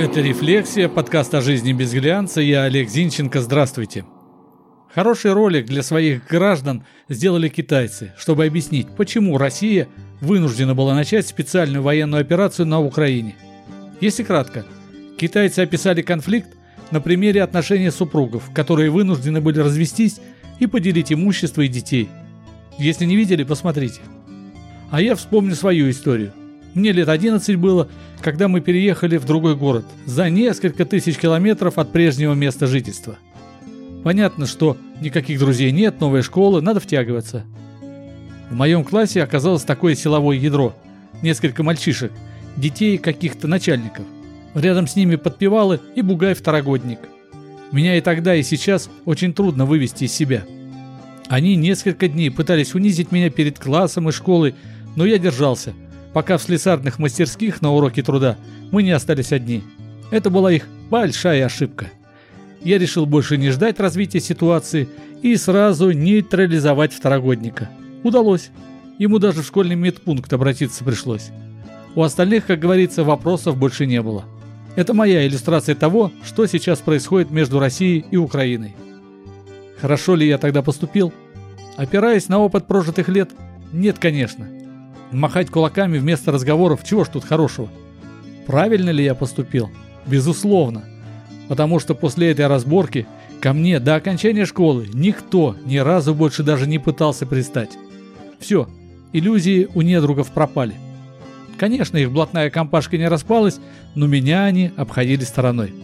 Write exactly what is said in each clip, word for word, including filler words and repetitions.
Это «Рефлексия», подкаст о жизни без глянца. Я Олег Зинченко. Здравствуйте. Хороший ролик для своих граждан сделали китайцы, чтобы объяснить, почему Россия вынуждена была начать специальную военную операцию на Украине. Если кратко, китайцы описали конфликт на примере отношений супругов, которые вынуждены были развестись и поделить имущество и детей. Если не видели, посмотрите. А я вспомню свою историю. Мне лет одиннадцать было, когда мы переехали в другой город, за несколько тысяч километров от прежнего места жительства. Понятно, что никаких друзей нет, новая школа, надо втягиваться. В моем классе оказалось такое силовое ядро. Несколько мальчишек, детей каких-то начальников. Рядом с ними подпевалы и бугай-второгодник. Меня и тогда, и сейчас очень трудно вывести из себя. Они несколько дней пытались унизить меня перед классом и школой, но я держался, пока в слесарных мастерских на уроке труда мы не остались одни. Это была их большая ошибка. Я решил больше не ждать развития ситуации и сразу нейтрализовать второгодника. Удалось. Ему даже в школьный медпункт обратиться пришлось. У остальных, как говорится, вопросов больше не было. Это моя иллюстрация того, что сейчас происходит между Россией и Украиной. Хорошо ли я тогда поступил? Опираясь на опыт прожитых лет, нет, конечно. Махать кулаками вместо разговоров, чего ж тут хорошего? Правильно ли я поступил? Безусловно. Потому что после этой разборки ко мне до окончания школы никто ни разу больше даже не пытался пристать. Все, иллюзии у недругов пропали. Конечно, их блатная компашка не распалась, но меня они обходили стороной.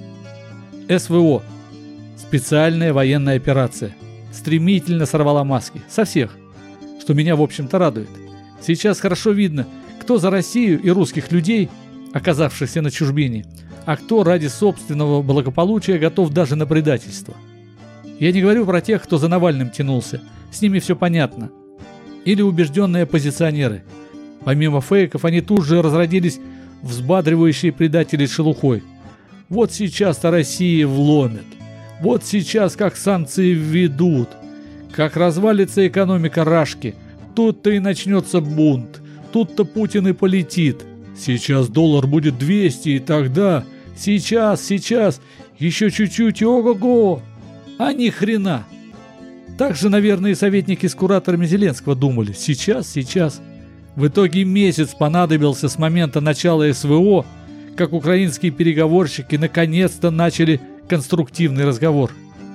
СВО. Специальная военная операция. Стремительно сорвала маски. Со всех. Что меня, в общем-то, радует. Сейчас хорошо видно, кто за Россию и русских людей, оказавшихся на чужбине, а кто ради собственного благополучия готов даже на предательство. Я не говорю про тех, кто за Навальным тянулся, с ними все понятно. Или убежденные оппозиционеры. Помимо фейков, они тут же разродились взбадривающие предатели шелухой. Вот сейчас-то России вломят. Вот сейчас как санкции введут. Как развалится экономика Рашки. Тут-то и начнется бунт. Тут-то Путин и полетит. Сейчас доллар будет двести, и тогда... Сейчас, сейчас, еще чуть-чуть, и ого-го! А ни хрена! Так же, наверное, и советники с кураторами Зеленского думали. Сейчас, сейчас. В итоге месяц понадобился с момента начала СВО, как украинские переговорщики наконец-то начали конструктивный разговор.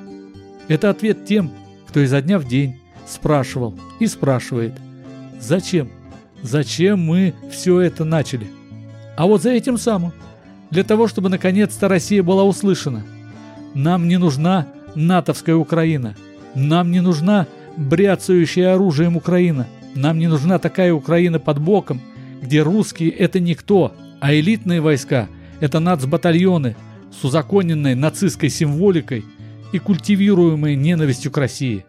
Это ответ тем, кто изо дня в день спрашивал и спрашивает. Зачем? Зачем мы все это начали? А вот за этим самым. Для того, чтобы наконец-то Россия была услышана. Нам не нужна натовская Украина. Нам не нужна бряцающая оружием Украина. Нам не нужна такая Украина под боком, где русские – это никто, а элитные войска – это нацбатальоны с узаконенной нацистской символикой и культивируемой ненавистью к России.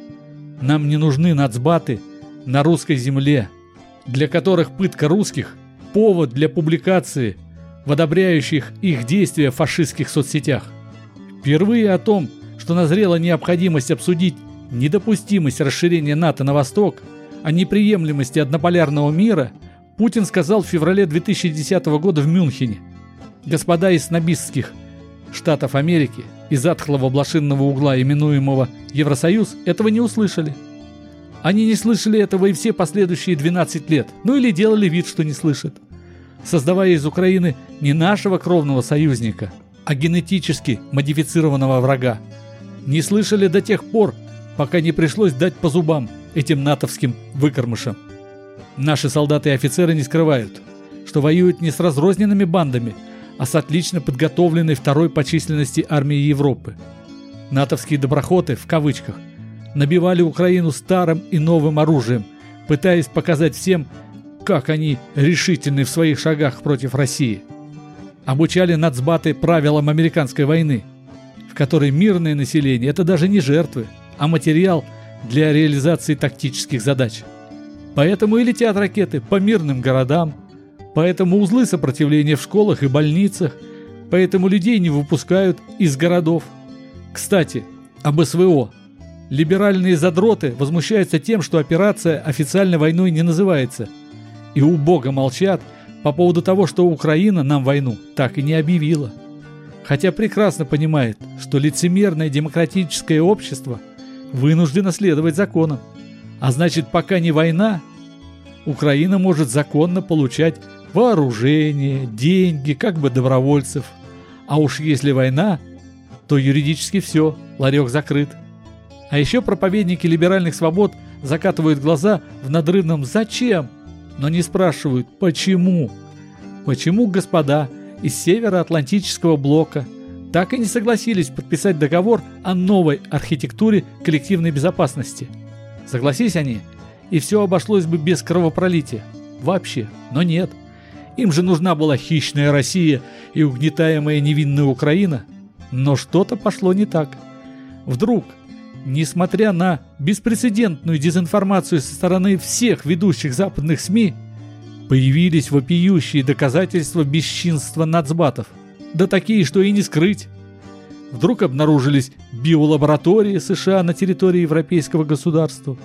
Нам не нужны нацбаты на русской земле, для которых пытка русских – повод для публикации в одобряющих их действия в фашистских соцсетях. Впервые о том, что назрела необходимость обсудить недопустимость расширения НАТО на восток, о неприемлемости однополярного мира, Путин сказал в феврале две тысячи десятого года в Мюнхене. Господа из снобистских штатов Америки, из затхлого блошинного угла, именуемого Евросоюз, этого не услышали. Они не слышали этого и все последующие двенадцать лет, ну или делали вид, что не слышат, создавая из Украины не нашего кровного союзника, а генетически модифицированного врага. Не слышали до тех пор, пока не пришлось дать по зубам этим натовским выкормышам. Наши солдаты и офицеры не скрывают, что воюют не с разрозненными бандами, а с отлично подготовленной второй по численности армией Европы. Натовские доброхоты, в кавычках, набивали Украину старым и новым оружием, пытаясь показать всем, как они решительны в своих шагах против России. Обучали нацбаты правилам американской войны, в которой мирное население – это даже не жертвы, а материал для реализации тактических задач. Поэтому и летят ракеты по мирным городам, поэтому узлы сопротивления в школах и больницах, поэтому людей не выпускают из городов. Кстати, об СВО. Либеральные задроты возмущаются тем, что операция официально войной не называется, и убого молчат по поводу того, что Украина нам войну так и не объявила. Хотя прекрасно понимает, что лицемерное демократическое общество вынуждено следовать законам. А значит, пока не война, Украина может законно получать вооружение, деньги, как бы добровольцев. А уж если война, то юридически все, ларек закрыт. А еще проповедники либеральных свобод закатывают глаза в надрывном «зачем?», но не спрашивают «почему?». Почему господа из Североатлантического блока так и не согласились подписать договор о новой архитектуре коллективной безопасности? Согласись они, и все обошлось бы без кровопролития. Вообще, но нет. Им же нужна была хищная Россия и угнетаемая невинная Украина. Но что-то пошло не так. Вдруг, несмотря на беспрецедентную дезинформацию со стороны всех ведущих западных СМИ, появились вопиющие доказательства бесчинства нацбатов. Да такие, что и не скрыть. Вдруг обнаружились биолаборатории США на территории европейского государства.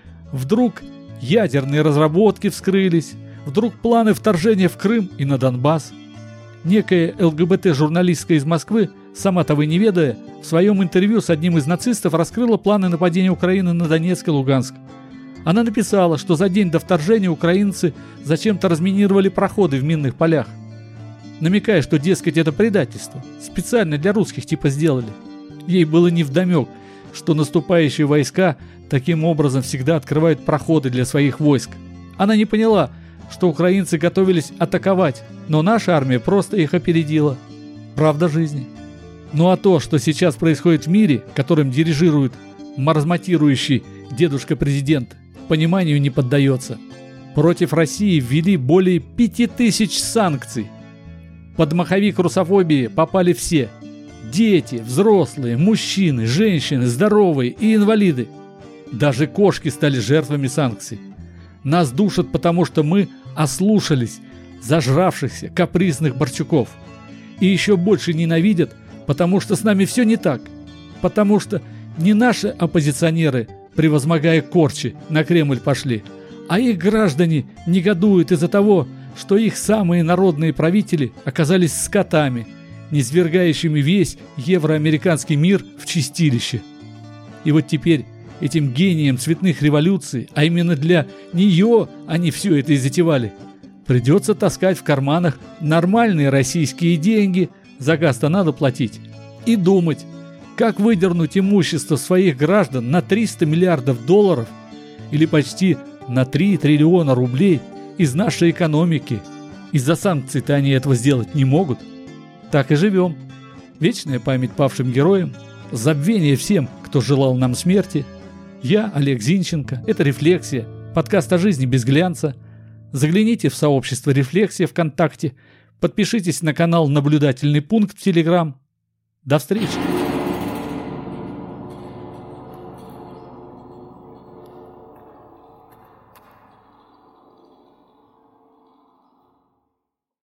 Вдруг ядерные разработки вскрылись. Вдруг планы вторжения в Крым и на Донбасс. Некая ЛГБТ-журналистка из Москвы, сама того не ведая, в своем интервью с одним из нацистов раскрыла планы нападения Украины на Донецк и Луганск. Она написала, что за день до вторжения украинцы зачем-то разминировали проходы в минных полях, намекая, что, дескать, это предательство, специально для русских типа сделали. Ей было невдомек, что наступающие войска таким образом всегда открывают проходы для своих войск. Она не поняла, что украинцы готовились атаковать, но наша армия просто их опередила. Правда жизни. Ну а то, что сейчас происходит в мире, которым дирижирует маразматирующий дедушка-президент, пониманию не поддается. Против России ввели более пяти тысяч санкций. Под маховик русофобии попали все. Дети, взрослые, мужчины, женщины, здоровые и инвалиды. Даже кошки стали жертвами санкций. Нас душат, потому что мы ослушались зажравшихся капризных Борчуков. И еще больше ненавидят, потому что с нами все не так. Потому что не наши оппозиционеры, превозмогая корчи, на Кремль пошли, а их граждане негодуют из-за того, что их самые народные правители оказались скотами, низвергающими весь евроамериканский мир в чистилище. И вот теперь этим гением цветных революций, а именно для нее они все это и затевали, придется таскать в карманах нормальные российские деньги, за газ-то надо платить, и думать, как выдернуть имущество своих граждан на триста миллиардов долларов или почти на три триллиона рублей из нашей экономики. Из-за санкций-то они этого сделать не могут. Так и живем. Вечная память павшим героям, забвение всем, кто желал нам смерти. Я, Олег Зинченко, это «Рефлексия», подкаст о жизни без глянца. Загляните в сообщество «Рефлексия» ВКонтакте, подпишитесь на канал «Наблюдательный пункт» в Телеграм. До встречи!